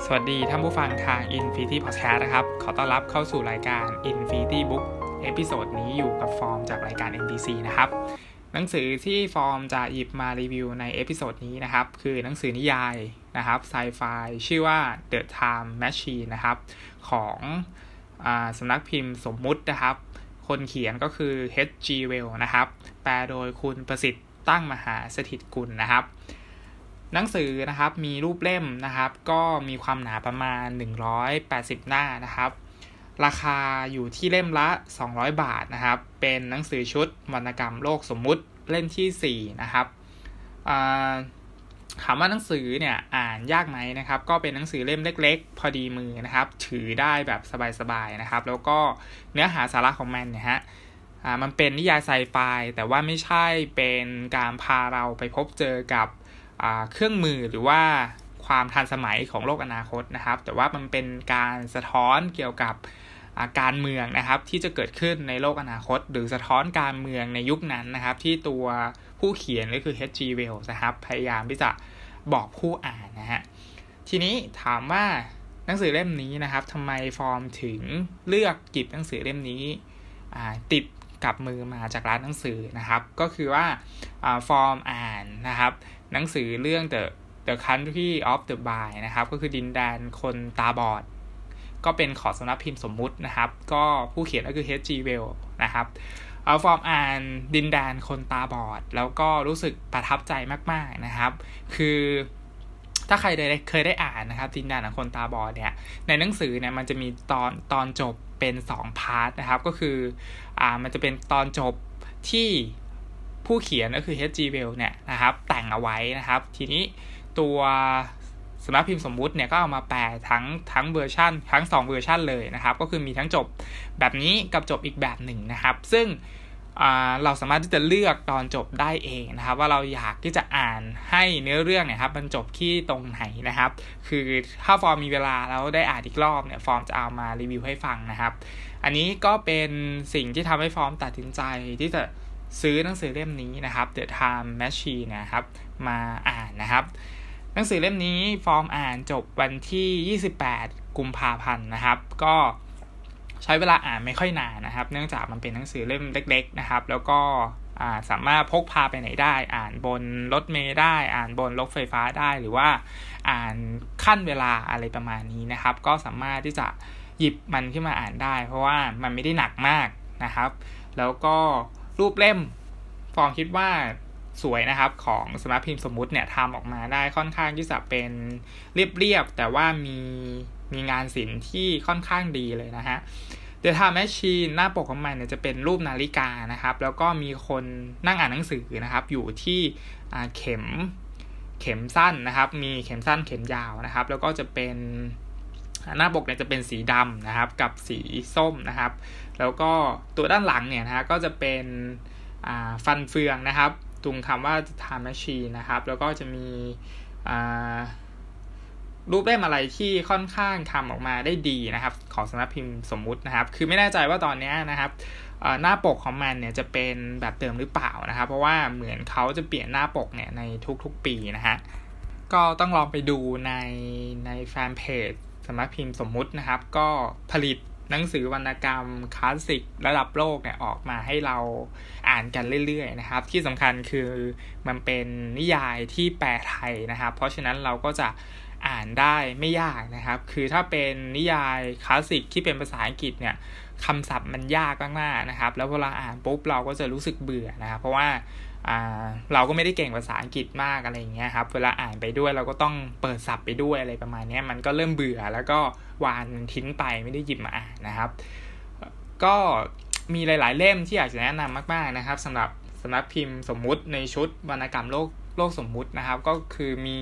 สวัสดีท่านผู้ฟังทาง Infinity Podcast นะครับขอต้อนรับเข้าสู่รายการ Infinity Book เอพิโซดนี้อยู่กับฟอร์มจากรายการ NTC นะครับหนังสือที่ฟอร์มจะหยิบมารีวิวในเอพิโซดนี้นะครับคือหนังสือนิยายนะครับไซไฟชื่อว่า The Time Machine นะครับของสำนักพิมพ์สมมุตินะครับคนเขียนก็คือ H.G. Wells นะครับแปลโดยคุณประสิทธิ์ตั้งมหาสถิตกุลนะครับหนังสือนะครับมีรูปเล่มนะครับก็มีความหนาประมาณ180หน้านะครับราคาอยู่ที่เล่มละ200 บาทนะครับเป็นหนังสือชุดวรรณกรรมโลกสมมุติเล่มที่4นะครับถามว่าหนังสือเนี่ยอ่านยากไหมนะครับก็เป็นหนังสือเล่มเล็กๆพอดีมือนะครับถือได้แบบสบายๆนะครับแล้วก็เนื้อหาสาระของมันเนี่ยฮะมันเป็นนิยายไซไฟแต่ว่าไม่ใช่เป็นการพาเราไปพบเจอกับเครื่องมือหรือว่าความทันสมัยของโลกอนาคตนะครับแต่ว่ามันเป็นการสะท้อนเกี่ยวกับการเมืองนะครับที่จะเกิดขึ้นในโลกอนาคตหรือสะท้อนการเมืองในยุคนั้นนะครับที่ตัวผู้เขียนก็คือ H.G. Wells นะครับพยายามที่จะบอกผู้อ่านนะฮะทีนี้ถามว่าหนังสือเล่มนี้นะครับทำไมฟอร์มถึงเลือกหยิบหนังสือเล่มนี้ติดกับมือมาจากร้านหนังสือนะครับก็คือว่าฟอร์มอ่านนะครับหนังสือเรื่อง The Country of the Blind นะครับก็คือดินแดนคนตาบอดก็เป็นของสำนักพิมพ์สมมุตินะครับก็ผู้เขียนก็คือ H.G. Wells นะครับฟอร์มอ่านดินแดนคนตาบอดแล้วก็รู้สึกประทับใจมากๆนะครับคือถ้าใครเคยได้อ่านนะครับดินแดนของคนตาบอดเนี่ยในหนังสือเนี่ยมันจะมีตอนจบเป็น2พาร์ทนะครับก็คือมันจะเป็นตอนจบที่ผู้เขียนก็คือ H.G. Wells เนี่ยนะครับแต่งเอาไว้นะครับทีนี้ตัวสำนักพิมพ์สมมุติเนี่ยก็เอามาแปลทั้งเวอร์ชันทั้ง2เวอร์ชันเลยนะครับก็คือมีทั้งจบแบบนี้กับจบอีกแบบหนึ่งนะครับซึ่งเราสามารถที่จะเลือกตอนจบได้เองนะครับว่าเราอยากที่จะอ่านให้เนื้อเรื่องเนี่ยครับมันจบที่ตรงไหนนะครับคือถ้าฟอร์มมีเวลาแล้วได้อ่านอีกรอบเนี่ยฟอร์มจะเอามารีวิวให้ฟังนะครับอันนี้ก็เป็นสิ่งที่ทำให้ฟอร์มตัดสินใจที่จะซื้อหนังสือเล่มนี้นะครับ The Time Machine นะครับมาอ่านนะครับหนังสือเล่มนี้ฟอร์มอ่านจบวันที่28กุมภาพันธ์นะครับก็ใช้เวลาอ่านไม่ค่อยนานนะครับเนื่องจากมันเป็นหนังสือเล่มเล็กๆนะครับแล้วก็สามารถพกพาไปไหนได้อ่านบนรถเมล์ได้อ่านบนรถไฟฟ้าได้หรือว่าอ่านขั้นเวลาอะไรประมาณนี้นะครับก็สามารถที่จะหยิบมันขึ้นมาอ่านได้เพราะว่ามันไม่ได้หนักมากนะครับแล้วก็รูปเล่มฟอร์มคิดว่าสวยนะครับของสำนักพิมพ์สมมุติเนี่ยทำออกมาได้ค่อนข้างที่จะเป็นเรียบๆแต่ว่ามีงานศิลป์ที่ค่อนข้างดีเลยนะฮะ The Time Machine หน้าปกของมันเนี่ยจะเป็นรูปนาฬิกานะครับแล้วก็มีคนนั่งอ่านหนังสือนะครับอยู่ที่เข็มสั้นนะครับมีเข็มสั้นเข็มยาวนะครับแล้วก็จะเป็นหน้าปกเนี่ยจะเป็นสีดำนะครับกับสีส้มนะครับแล้วก็ตัวด้านหลังเนี่ยนะฮะก็จะเป็นฟันเฟืองนะครับตรงคำว่า Time Machine นะครับแล้วก็จะมีรูปเล่มอะไรที่ค่อนข้างทำออกมาได้ดีนะครับของสำนักพิมพ์สมมุตินะครับคือไม่แน่ใจว่าตอนนี้นะครับหน้าปกของมันเนี่ยจะเป็นแบบเดิมหรือเปล่านะครับเพราะว่าเหมือนเขาจะเปลี่ยนหน้าปกเนี่ยในทุกๆปีนะฮะก็ต้องลองไปดูในแฟนเพจสำนักพิมพ์สมมุตินะครับก็ผลิตหนังสือวรรณกรรมคลาสสิกระดับโลกเนี่ยออกมาให้เราอ่านกันเรื่อยๆนะครับที่สำคัญคือมันเป็นนิยายที่แปลไทยนะครับเพราะฉะนั้นเราก็จะอ่านได้ไม่ยากนะครับคือถ้าเป็นนิยายคลาสสิกที่เป็นภาษาอังกฤษเนี่ยคำศัพท์มันยากมากๆนะครับแล้วเวลาอ่านปุ๊บเราก็จะรู้สึกเบื่อนะครับเพราะว่าเราก็ไม่ได้เก่งภาษาอังกฤษมากอะไรอย่างเงี้ยครับเวลาอ่านไปด้วยเราก็ต้องเปิดศัพท์ไปด้วยอะไรประมาณนี้มันก็เริ่มเบื่อแล้วก็วางทิ้งไปไม่ได้หยิบมาอ่านนะครับก็มีหลายๆเล่มที่อยากจะแนะนำมากๆนะครับสำหรับสำนักพิมพ์สมมุติในชุดวรรณกรรมโลกสมมุตินะครับก็คือมี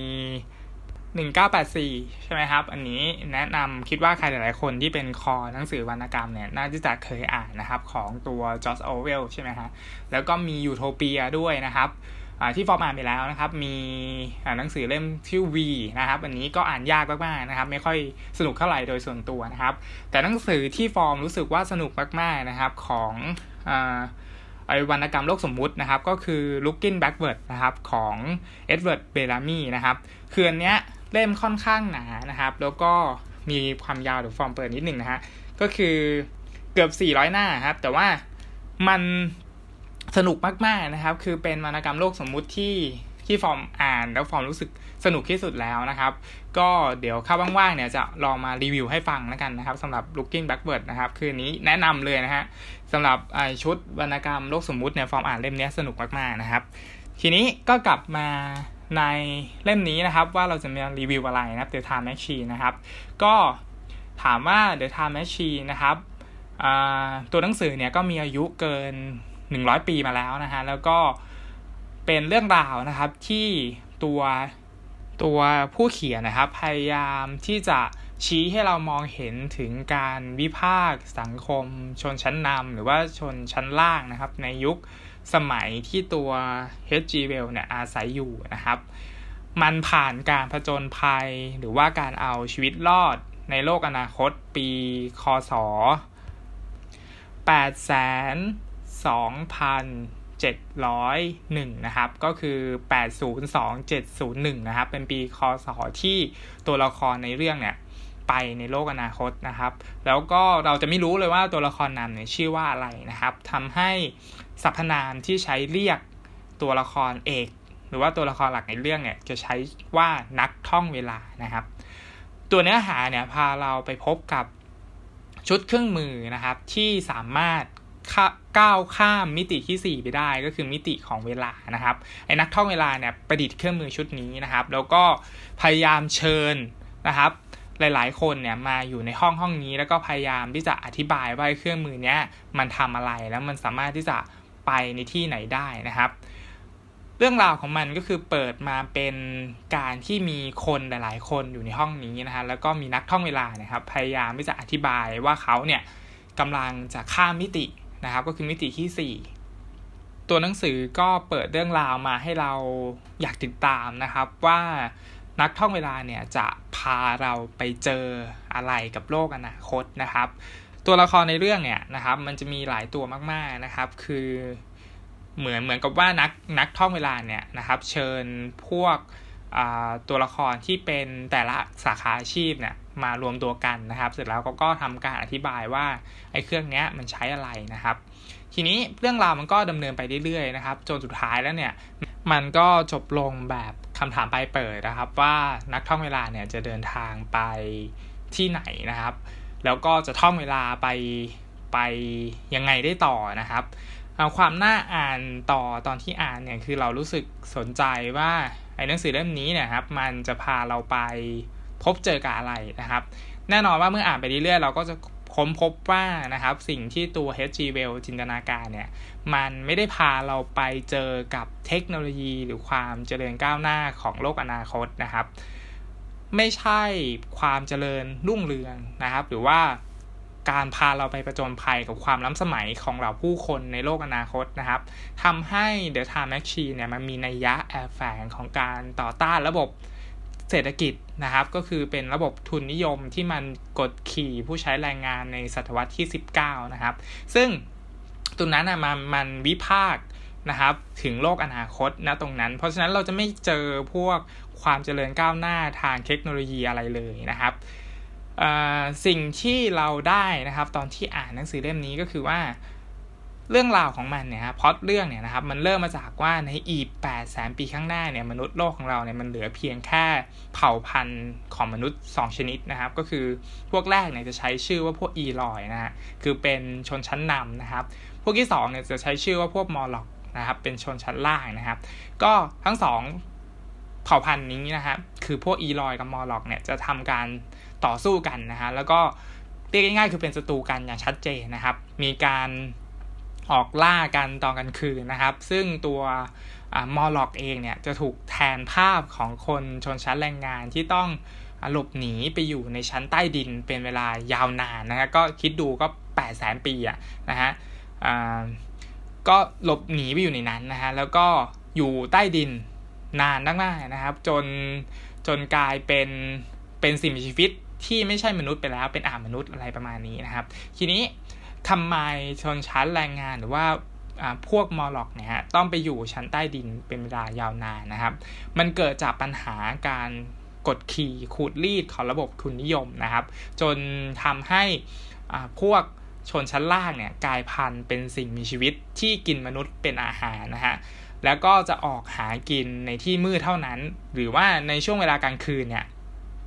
1984ใช่ไหมครับอันนี้แนะนำคิดว่าใครหลายๆคนที่เป็นคอหนังสือวรรณกรรมเนี่ยน่าจะเคยอ่านนะครับของตัวจอร์จ ออร์เวลใช่ไหมฮะแล้วก็มียูโทเปียด้วยนะครับที่ฟอร์มอ่านไปแล้วนะครับมีหนังสือเล่มชื่อ V นะครับอันนี้ก็อ่านยากมากๆนะครับไม่ค่อยสนุกเท่าไหร่โดยส่วนตัวนะครับแต่หนังสือที่ฟอร์มรู้สึกว่าสนุกมากๆนะครับของวรรณกรรมโลกสมมุตินะครับก็คือ Looking Backward นะครับของเอ็ดเวิร์ด เบลลามีนะครับคืออันเนี้ยเล่มค่อนข้างหนานะครับแล้วก็มีความยาวหรือฟอร์มเปิดนิดหนึ่งนะฮะก็คือเกือบ400หน้าครับแต่ว่ามันสนุกมากๆนะครับคือเป็นวรรณกรรมโลกสมมุติที่ฟอร์มอ่านแล้วฟอร์มรู้สึกสนุกที่สุดแล้วนะครับก็เดี๋ยวข้าว่างๆเนี่ยจะลองมารีวิวให้ฟังแล้วกันนะครับสำหรับ Looking Backward นะครับคือนี้แนะนำเลยนะฮะสำหรับชุดวรรณกรรมโลกสมมุติเนี่ยฟอร์มอ่านเล่มนี้สนุกมากๆนะครับทีนี้ก็กลับมาในเล่มนี้นะครับว่าเราจะมารีวิวอะไรนะครับ The Time Machine นะครับก็ถามว่า The Time Machine นะครับตัวหนังสือเนี่ยก็มีอายุเกิน100ปีมาแล้วนะฮะแล้วก็เป็นเรื่องราวนะครับที่ตัวผู้เขียนนะครับพยายามที่จะชี้ให้เรามองเห็นถึงการวิพากษ์สังคมชนชั้นนำหรือว่าชนชั้นล่างนะครับในยุคสมัยที่ตัว H.G. Wells เนี่ยอาศัยอยู่นะครับมันผ่านการผจญภัยหรือว่าการเอาชีวิตรอดในโลกอนาคตปีค.ศ. 8,2,701 นะครับก็คือ802701นะครับเป็นปีค.ศ. ที่ตัวละครในเรื่องเนี่ยไปในโลกอนาคตนะครับแล้วก็เราจะไม่รู้เลยว่าตัวละครนำเนี่ยชื่อว่าอะไรนะครับทำให้สรรพนามที่ใช้เรียกตัวละครเอกหรือว่าตัวละครหลักในเรื่องเนี่ยจะใช้ว่านักท่องเวลานะครับตัวเนื้อหาเนี่ยพาเราไปพบกับชุดเครื่องมือนะครับที่สามารถก้าวข้ามมิติที่4ไปได้ก็คือมิติของเวลานะครับไอ้นักท่องเวลาเนี่ยประดิษฐ์เครื่องมือชุดนี้นะครับแล้วก็พยายามเชิญนะครับหลายๆคนเนี่ยมาอยู่ในห้องนี้แล้วก็พยายามที่จะอธิบายว่าเครื่องมือเนี้ยมันทำอะไรแล้วมันสามารถที่จะไปในที่ไหนได้นะครับเรื่องราวของมันก็คือเปิดมาเป็นการที่มีคนหลายๆคนอยู่ในห้องนี้นะฮะแล้วก็มีนักท่องเวลานะครับพยายามที่จะอธิบายว่าเขาเนี่ยกำลังจะข้ามมิตินะครับก็คือมิติที่4ตัวหนังสือก็เปิดเรื่องราวมาให้เราอยากติดตามนะครับว่านักท่องเวลาเนี่ยจะพาเราไปเจออะไรกับโลกอนาคตนะครับตัวละครในเรื่องเนี่ยนะครับมันจะมีหลายตัวมากๆนะครับคือเหมือนกับว่านักท่องเวลาเนี่ยนะครับเชิญพวกตัวละครที่เป็นแต่ละสาขาอาชีพเนี่ยมารวมตัวกันนะครับเสร็จแล้วก็ทำการอธิบายว่าไอ้เครื่องนี้มันใช้อะไรนะครับทีนี้เรื่องราวมันก็ดำเนินไปเรื่อยๆนะครับจนสุดท้ายแล้วเนี่ยมันก็จบลงแบบคำถามปลายเปิดนะครับว่านักท่องเวลาเนี่ยจะเดินทางไปที่ไหนนะครับแล้วก็จะท่องเวลาไปยังไงได้ต่อนะครับความน่าอ่านต่อตอนที่อ่านเนี่ยคือเรารู้สึกสนใจว่าไอ้หนังสือเล่มนี้เนี่ยครับมันจะพาเราไปพบเจอกับอะไรนะครับแน่นอนว่าเมื่ออ่านไปเรื่อยๆเราก็จะค้นพบว่านะครับสิ่งที่ตัว H.G. Wells จินตนาการเนี่ยมันไม่ได้พาเราไปเจอกับเทคโนโลยีหรือความเจริญก้าวหน้าของโลกอนาคตนะครับไม่ใช่ความเจริญรุ่งเรืองนะครับหรือว่าการพาเราไปประจนภัยกับความล้ำสมัยของเหล่าผู้คนในโลกอนาคตนะครับทำให้ The Time Machine เนี่ยมันมีนัยยะแอบแฝงของการต่อต้านระบบเศรษฐกิจนะครับก็คือเป็นระบบทุนนิยมที่มันกดขี่ผู้ใช้แรงงานในศตวรรษที่19นะครับซึ่งตรงนั้นมันวิพากษ์นะครับถึงโลกอนาคตนะตรงนั้นเพราะฉะนั้นเราจะไม่เจอพวกความเจริญก้าวหน้าทางเทคโนโลยีอะไรเลยนะครับสิ่งที่เราได้นะครับตอนที่อ่านหนังสือเล่มนี้ก็คือว่าเรื่องราวของมันเนี่ยครับพล็อตเรื่องเนี่ยนะครับมันเริ่มมาจากว่าในอีก 800,000 ปีข้างหน้าเนี่ยมนุษย์โลกของเราเนี่ยมันเหลือเพียงแค่เผ่าพันธุ์ของมนุษย์2ชนิดนะครับก็คือพวกแรกเนี่ยจะใช้ชื่อว่าพวกอีลอยนะฮะคือเป็นชนชั้นนำนะครับพวกที่2เนี่ยจะใช้ชื่อว่าพวกมอร์ล็อกนะครับเป็นชนชั้นล่างนะครับก็ทั้ง2เผ่าพันธุ์นี้นะครับคือพวกอีลอยกับมอร์ล็อกเนี่ยจะทำการต่อสู้กันนะฮะแล้วก็เรียกง่ายๆคือเป็นศัตรูกันอย่างชัดเจนนะครับมีการออกล่ากันตอนกลางคืนนะครับซึ่งตัวมอร์ล็อกเองเนี่ยจะถูกแทนภาพของคนชนชั้นแรงงานที่ต้องหลบหนีไปอยู่ในชั้นใต้ดินเป็นเวลายาวนานนะฮะก็คิดดูก็ 800,000 ปีนะฮะก็หลบหนีไปอยู่ในนั้นนะฮะแล้วก็อยู่ใต้ดินนานมากๆนะครับจนกลายเป็นสิ่งมีชีวิตที่ไม่ใช่มนุษย์ไปแล้วเป็นมนุษย์อะไรประมาณนี้นะครับทีนี้ทำไมชนชั้นแรงงานหรือว่าพวกมอร์ล็อกเนี่ยต้องไปอยู่ชั้นใต้ดินเป็นเวลายาวนานนะครับมันเกิดจากปัญหาการกดขี่ขูดรีดของระบบทุนนิยมนะครับจนทำให้พวกชนชั้นล่างเนี่ยกลายพันธุ์เป็นสิ่งมีชีวิตที่กินมนุษย์เป็นอาหารนะฮะแล้วก็จะออกหากินในที่มืดเท่านั้นหรือว่าในช่วงเวลากลางคืนเนี่ย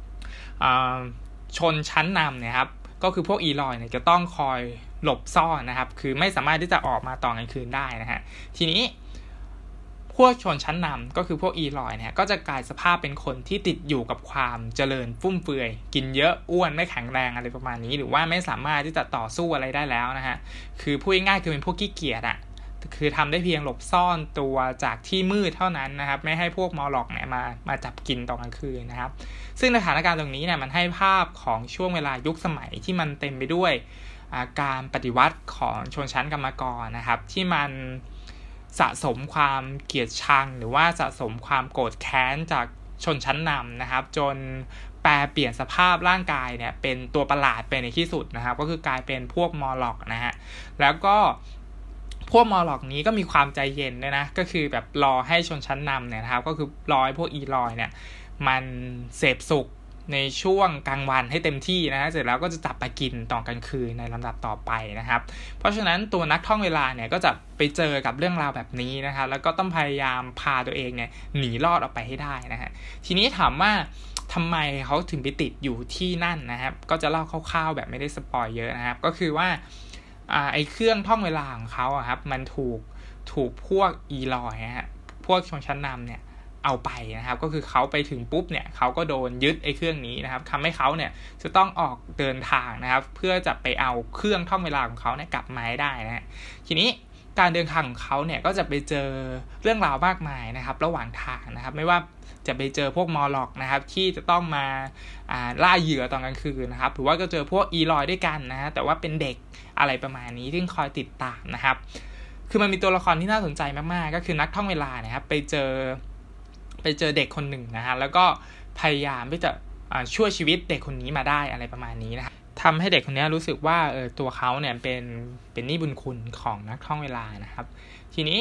ชนชั้นนำเนี่ยครับก็คือพวกอีลอยเนี่ยจะต้องคอยหลบซ่อนนะครับคือไม่สามารถที่จะออกมาตอนกลางคืนได้นะฮะทีนี้พวกชนชั้นนำก็คือพวกอีลอยเนี่ยก็จะกลายสภาพเป็นคนที่ติดอยู่กับความเจริญฟุ่มเฟือยกินเยอะอ้วนไม่แข็งแรงอะไรประมาณนี้หรือว่าไม่สามารถที่จะต่อสู้อะไรได้แล้วนะฮะคือพูดง่ายๆคือเป็นพวกขี้เกียจคือทำได้เพียงหลบซ่อนตัวจากที่มืดเท่านั้นนะครับไม่ให้พวกมอร์ล็อกเนี่ยมาจับกินตอนกลางคืนนะครับซึ่งสถานการณ์ตรงนี้เนี่ยมันให้ภาพของช่วงเวลายุคสมัยที่มันเต็มไปด้วยการปฏิวัติของชนชั้นกรรมกรนะครับที่มันสะสมความเกลียดชังหรือว่าสะสมความโกรธแค้นจากชนชั้นนำนะครับจนแปลเปลี่ยนสภาพร่างกายเนี่ยเป็นตัวประหลาดไปในที่สุดนะครับก็คือกลายเป็นพวกมอร์ล็อกนะฮะแล้วก็พวกมอร์ล็อกนี้ก็มีความใจเย็นด้วยนะก็คือแบบรอให้ชนชั้นนำเนี่ยนะครับก็คือรอให้พวกอีลอยเนี่ยมันเสพสุขในช่วงกลางวันให้เต็มที่นะฮะเสร็จแล้วก็จะจับไปกินตอนกลางคืนในลำดับต่อไปนะครับเพราะฉะนั้นตัวนักท่องเวลาเนี่ยก็จะไปเจอกับเรื่องราวแบบนี้นะครับแล้วก็ต้องพยายามพาตัวเองเนี่ยหนีรอดออกไปให้ได้นะฮะทีนี้ถามว่าทำไมเขาถึงไปติดอยู่ที่นั่นนะครับก็จะเล่าคร่าวๆแบบไม่ได้สปอยเยอะนะครับก็คือว่าไอ้เครื่องท่องเวลาของเขาครับมันถูกพวกอีลอยฮะพวกชนชั้นนำเนี่ยเอาไปนะครับก็คือเขาไปถึงปุ๊บเนี่ยเขาก็โดนยึดไอ้เครื่องนี้นะครับทำให้เขาเนี่ยจะต้องออกเดินทางนะครับเพื่อจะไปเอาเครื่องท่องเวลาของเขาเนี่ยกลับมาให้ได้นะทีนี้การเดินทางของเขาเนี่ยก็จะไปเจอเรื่องราวมากมายนะครับระหว่างทางนะครับไม่ว่าจะไปเจอพวกมอร์ล็อกนะครับที่จะต้องมาล่าเหยื่อตอนกลางคืนนะครับหรือว่าก็เจอพวกอีลอยด้วยกันนะแต่ว่าเป็นเด็กอะไรประมาณนี้ที่คอยติดตามนะครับคือมันมีตัวละครที่น่าสนใจมากๆก็คือนักท่องเวลานะครับไปเจอเด็กคนหนึ่งนะฮะแล้วก็พยายามที่จะช่วยชีวิตเด็กคนนี้มาได้อะไรประมาณนี้นะครับทำให้เด็กคนนี้รู้สึกว่าตัวเขาเนี่ยเป็นหนี้บุญคุณของนักท่องเวลานะครับทีนี้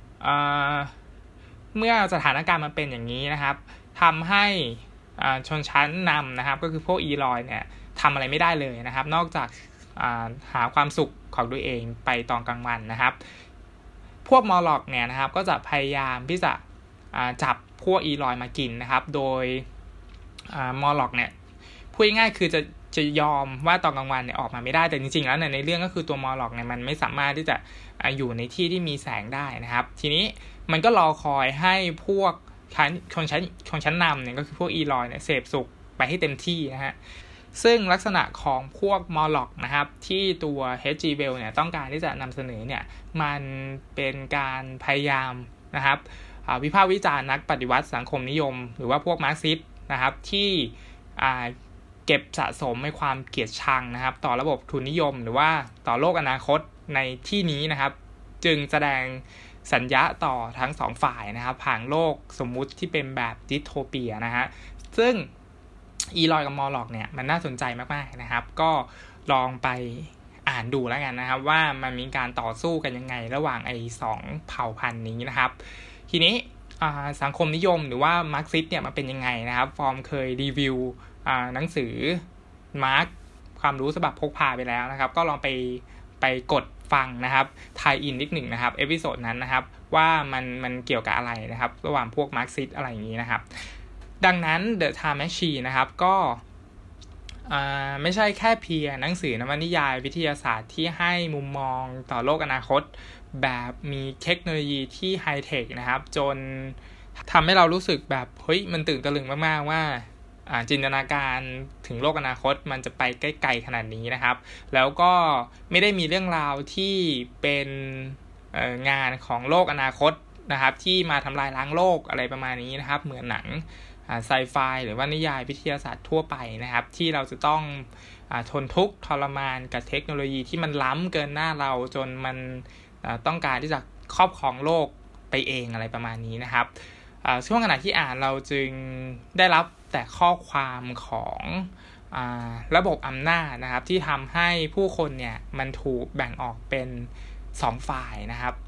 เมื่อสถานการณ์มันเป็นอย่างนี้นะครับทำให้ชนชั้นนำนะครับก็คือพวกอีลอยเนี่ยทำอะไรไม่ได้เลยนะครับนอกจากหาความสุขของตัวเองไปตอนกลางวันนะครับพวกมอร์ล็อกเนี่ยนะครับก็จะพยายามที่จะจับพวกอีลอยมากินนะครับโดยมอร์ล็อกเนี่ยพูดง่ายๆคือจะยอมว่าตอนกลางวันเนี่ยออกมาไม่ได้แต่จริงๆแล้วในเรื่องก็คือตัวมอร์ล็อกเนี่ยมันไม่สามารถที่จะอยู่ในที่ที่มีแสงได้นะครับทีนี้มันก็รอคอยให้พวกชนชั้นนำเนี่ยก็คือพวกอีลอยเนี่ยเสพสุขไปให้เต็มที่นะฮะซึ่งลักษณะของพวกมอร์ล็อกนะครับที่ตัว H.G. Wells เนี่ยต้องการที่จะนำเสนอเนี่ยมันเป็นการพยายามนะครับวิพากษ์วิจารณ์นักปฏิวัติสังคมนิยมหรือว่าพวกมาร์กซิสต์นะครับที่เก็บสะสมในความเกลียดชังนะครับต่อระบบทุนนิยมหรือว่าต่อโลกอนาคตในที่นี้นะครับจึงแสดงสัญญาต่อทั้งสองฝ่ายนะครับผ่านโลกสมมุติที่เป็นแบบดิสโทเปียนะฮะซึ่งอีลอยกับมอร์ล็อกเนี่ยมันน่าสนใจมากๆนะครับก็ลองไปอ่านดูแล้วกันนะครับว่ามันมีการต่อสู้กันยังไงระหว่างไอ้สองเผ่าพันธุ์นี้นะครับทีนี้สังคมนิยมหรือว่ามาร์กซิสต์เนี่ยมันเป็นยังไงนะครับฟอร์มเคยรีวิวหนังสือมาร์กความรู้ฉบับพกพาไปแล้วนะครับก็ลองไปกดฟังนะครับไทยอินนิดหนึ่งนะครับเอพิโซดนั้นนะครับว่ามันเกี่ยวกับอะไรนะครับระหว่างพวกมาร์กซิสต์อะไรอย่างนี้นะครับดังนั้น The Time Machine นะครับก็ไม่ใช่แค่เพียงหนังสือนวนิยายวิทยาศาสตร์ที่ให้มุมมองต่อโลกอนาคตแบบมีเทคโนโลยีที่ไฮเทคนะครับจนทำให้เรารู้สึกแบบเฮ้ยมันตื่นตะลึงมากๆว่าจินตนาการถึงโลกอนาคตมันจะไปใกล้ๆขนาดนี้นะครับแล้วก็ไม่ได้มีเรื่องราวที่เป็นงานของโลกอนาคตนะครับที่มาทำลายล้างโลกอะไรประมาณนี้นะครับเหมือนหนังไซไฟหรือว่านิยายวิทยาศาสตร์ทั่วไปนะครับที่เราจะต้องทนทุกข์ทรมานกับเทคโนโลยีที่มันล้ำเกินหน้าเราจนมันต้องการที่จะครอบครองโลกไปเองอะไรประมาณนี้นะครับช่วงขณะที่อ่านเราจึงได้รับแต่ข้อความของระบบอำนาจนะครับที่ทำให้ผู้คนเนี่ยมันถูกแบ่งออกเป็น2ฝ่ายนะครับ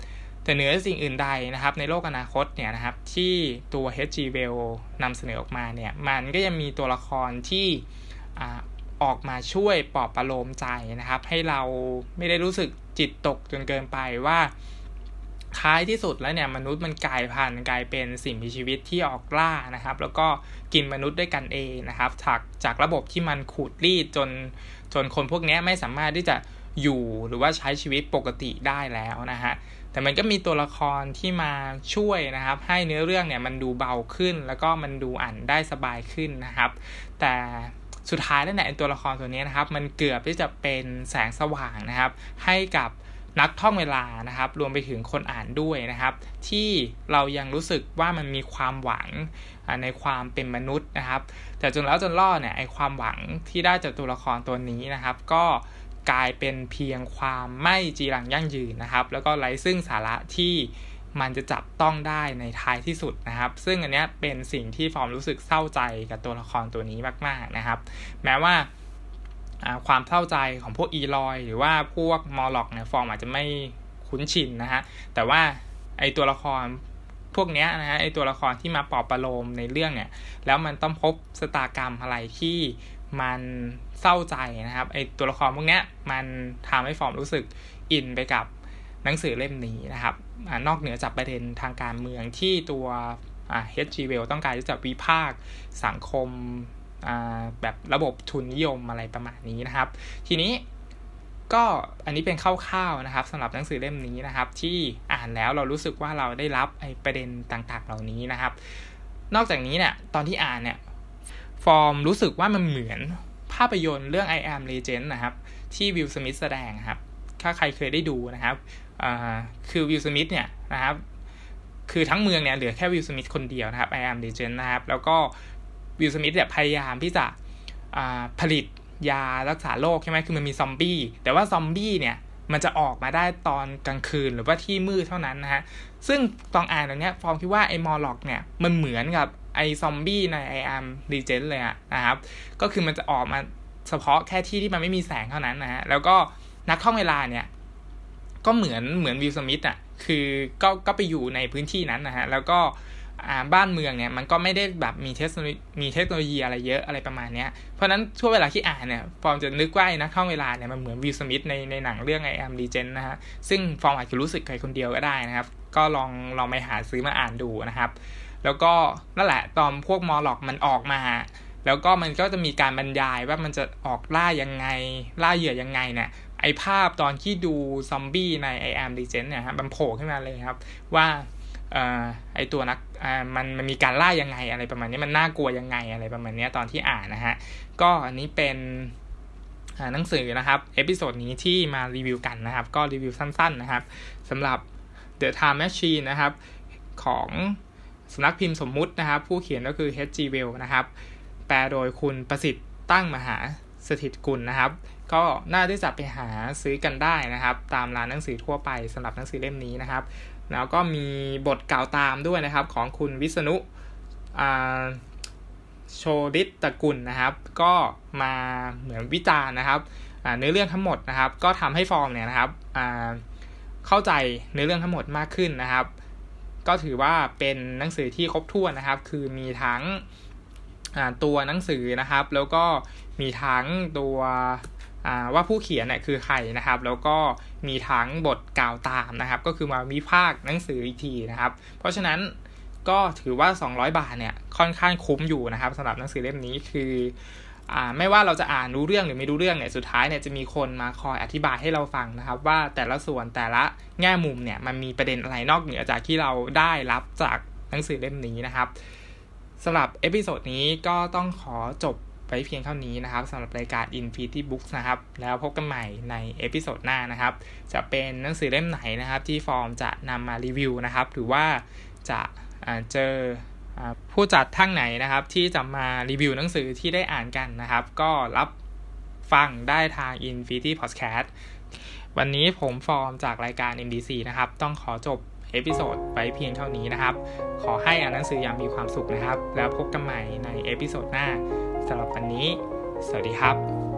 แต่เหนือสิ่งอื่นใดนะครับในโลกอนาคตเนี่ยนะครับที่ตัว H.G. Wells นำเสนอออกมาเนี่ยมันก็ยังมีตัวละครที่ออกมาช่วยปลอบประโลมใจนะครับให้เราไม่ได้รู้สึกจิตตกจนเกินไปว่าท้ายที่สุดแล้วเนี่ยมนุษย์มันกลายพันธุ์กลายเป็นสิ่งมีชีวิตที่ออกล่านะครับแล้วก็กินมนุษย์ด้วยกันเองนะครับจากระบบที่มันขูดรีดจนคนพวกนี้ไม่สามารถที่จะอยู่หรือว่าใช้ชีวิตปกติได้แล้วนะฮะแต่มันก็มีตัวละครที่มาช่วยนะครับให้เนื้อเรื่องเนี่ยมันดูเบาขึ้นแล้วก็มันดูอ่านได้สบายขึ้นนะครับแต่สุดท้ายแล้วเนี่ยตัวละครตัวนี้นะครับมันเกือบที่จะเป็นแสงสว่างนะครับให้กับนักท่องเวลานะครับรวมไปถึงคนอ่านด้วยนะครับที่เรายังรู้สึกว่ามันมีความหวังในความเป็นมนุษย์นะครับแต่จนแล้วจนรอดเนี่ยไอความหวังที่ได้จากตัวละครตัวนี้นะครับก็กลายเป็นเพียงความไม่จีรังยั่งยืนนะครับแล้วก็ไร้ซึ่งสาระที่มันจะจับต้องได้ในท้ายที่สุดนะครับซึ่งอันนี้เป็นสิ่งที่ฟอร์มรู้สึกเศร้าใจกับตัวละครตัวนี้มากๆนะครับแม้ว่าความเศร้าใจของพวกอีลอยหรือว่าพวกมอร์ล็อกเนี่ยฟอร์มอาจจะไม่คุ้นชินนะฮะแต่ว่าไอตัวละครพวกนี้นะฮะไอตัวละครที่มาปลอบประโลมในเรื่องเนี่ยแล้วมันต้องพบชะตากรรมอะไรที่มันเศร้าใจนะครับไอตัวละครพวกนี้มันทำให้ฟอร์มรู้สึกอินไปกับหนังสือเล่มนี้นะครับนอกเหนือจากประเด็นทางการเมืองที่ตัวH.G. Wells ต้องการที่จะวิพากษ์สังคมแบบระบบทุนนิยมอะไรประมาณนี้นะครับทีนี้ก็อันนี้เป็นคร่าวๆนะครับสำหรับหนังสือเล่มนี้นะครับที่อ่านแล้วเรารู้สึกว่าเราได้รับไอ้ประเด็นต่างๆเหล่านี้นะครับนอกจากนี้เนี่ยตอนที่อ่านเนี่ยฟอร์มรู้สึกว่ามันเหมือนภาพยนตร์เรื่อง I Am Legend นะครับที่วิลสมิธแสดงครับถ้าใครเคยได้ดูนะครับคือวิลสมิธเนี่ยนะครับคือทั้งเมืองเนี่ยเหลือแค่วิลสมิธคนเดียวนะครับ I Am Legend นะครับแล้วก็วิลสมิธเนี่ยพยายามที่จะผลิตยารักษาโรคใช่ไหมคือมันมีซอมบี้แต่ว่าซอมบี้เนี่ยมันจะออกมาได้ตอนกลางคืนหรือว่าที่มืดเท่านั้นนะฮะซึ่งตอนอ่านตรงเนี้ยฟอร์มคิดว่าไอ้มอร์ล็อกเนี่ยมันเหมือนกับไอ้ซอมบี้ใน I Am Legend เลยนะครับก็คือมันจะออกมาเฉพาะแค่ที่มันไม่มีแสงเท่านั้นนะฮะแล้วก็นักท่องเวลาเนี่ยก็เหมือนวิลสมิธคือก็ไปอยู่ในพื้นที่นั้นนะฮะแล้วก็บ้านเมืองเนี่ยมันก็ไม่ได้แบบมีเทคโนโลยีอะไรเยอะอะไรประมาณนี้เพราะนั้นช่วงเวลาที่อ่านเนี่ยฟอร์มจะนึกว่านักท่องเวลาเนี่ยมันเหมือนวิลสมิธในหนังเรื่อง I Am Legend นะฮะซึ่งฟอร์มอาจจะรู้สึกใครคนเดียวก็ได้นะครับก็ลองไปหาซื้อมาอ่านดูนะครับแล้วก็นั่นแหละตอนพวกมอร์ล็อกมันออกมาแล้วก็มันก็จะมีการบรรยายว่ามันจะออกล่ายังไงล่าเหยื่อยังไงเนี่ยไอภาพตอนที่ดูซอมบี้ใน I Am Legend เนี่ยครับมันโผล่ขึ้นมาเลยครับว่าไอตัวนักมันมีการล่ายังไงอะไรประมาณนี้มันน่ากลัวยังไงอะไรประมาณนี้ตอนที่อ่านนะฮะก็อันนี้เป็นหนังสือนะครับเอพิโซดนี้ที่มารีวิวกันนะครับก็รีวิวสั้นๆนะครับสำหรับ The Time Machine นะครับของสำนักพิมพ์สมมุตินะครับผู้เขียนก็คือ H.G. Wells นะครับแปลโดยคุณประสิทธิ์ตั้งมหาสถิตกุลนะครับก็น่าที่จะไปหาซื้อกันได้นะครับตามร้านหนังสือทั่วไปสำหรับหนังสือเล่มนี้นะครับแล้วก็มีบทกล่าวตามด้วยนะครับของคุณวิษณุโชติตกุลนะครับก็มาเหมือนวิจารณ์นะครับเนื้อเรื่องทั้งหมดนะครับก็ทำให้ฟอร์มเนี่ยนะครับเข้าใจเนื้อเรื่องทั้งหมดมากขึ้นนะครับก็ถือว่าเป็นหนังสือที่ครบถ้วนนะครับคือมีทั้งตัวหนังสือนะครับแล้วก็มีทั้งตัวว่าผู้เขียนเนี่ยคือใครนะครับแล้วก็มีทั้งบทกล่าวตามนะครับก็คือมาวิพากษ์หนังสืออีกทีนะครับเพราะฉะนั้นก็ถือว่า200 บาทเนี่ยค่อนข้างคุ้มอยู่นะครับสำหรับหนังสือเล่มนี้คือไม่ว่าเราจะอ่านรู้เรื่องหรือไม่รู้เรื่องเนี่ยสุดท้ายเนี่ยจะมีคนมาคอยอธิบายให้เราฟังนะครับว่าแต่ละส่วนแต่ละแง่มุมเนี่ยมันมีประเด็นอะไรนอกเหนือจากที่เราได้รับจากหนังสือเล่มนี้นะครับสำหรับเอพิโซดนี้ก็ต้องขอจบไปเพียงเท่านี้นะครับสำหรับรายการ Infinity Books นะครับแล้วพบกันใหม่ในเอพิโซดหน้านะครับจะเป็นหนังสือเล่มไหนนะครับที่ฟอร์มจะนำมารีวิวนะครับหรือว่าจะเจอผู้จัดท่านไหนนะครับที่จะมารีวิวหนังสือที่ได้อ่านกันนะครับก็รับฟังได้ทาง Infinity Podcast วันนี้ผมฟอร์มจากรายการ MDC นะครับต้องขอจบเอพิโซดไปเพียงเท่านี้นะครับขอให้อ่านหนังสืออย่างมีความสุขนะครับแล้วพบกันใหม่ในเอพิโซดหน้าสำหรับวันนี้สวัสดีครับ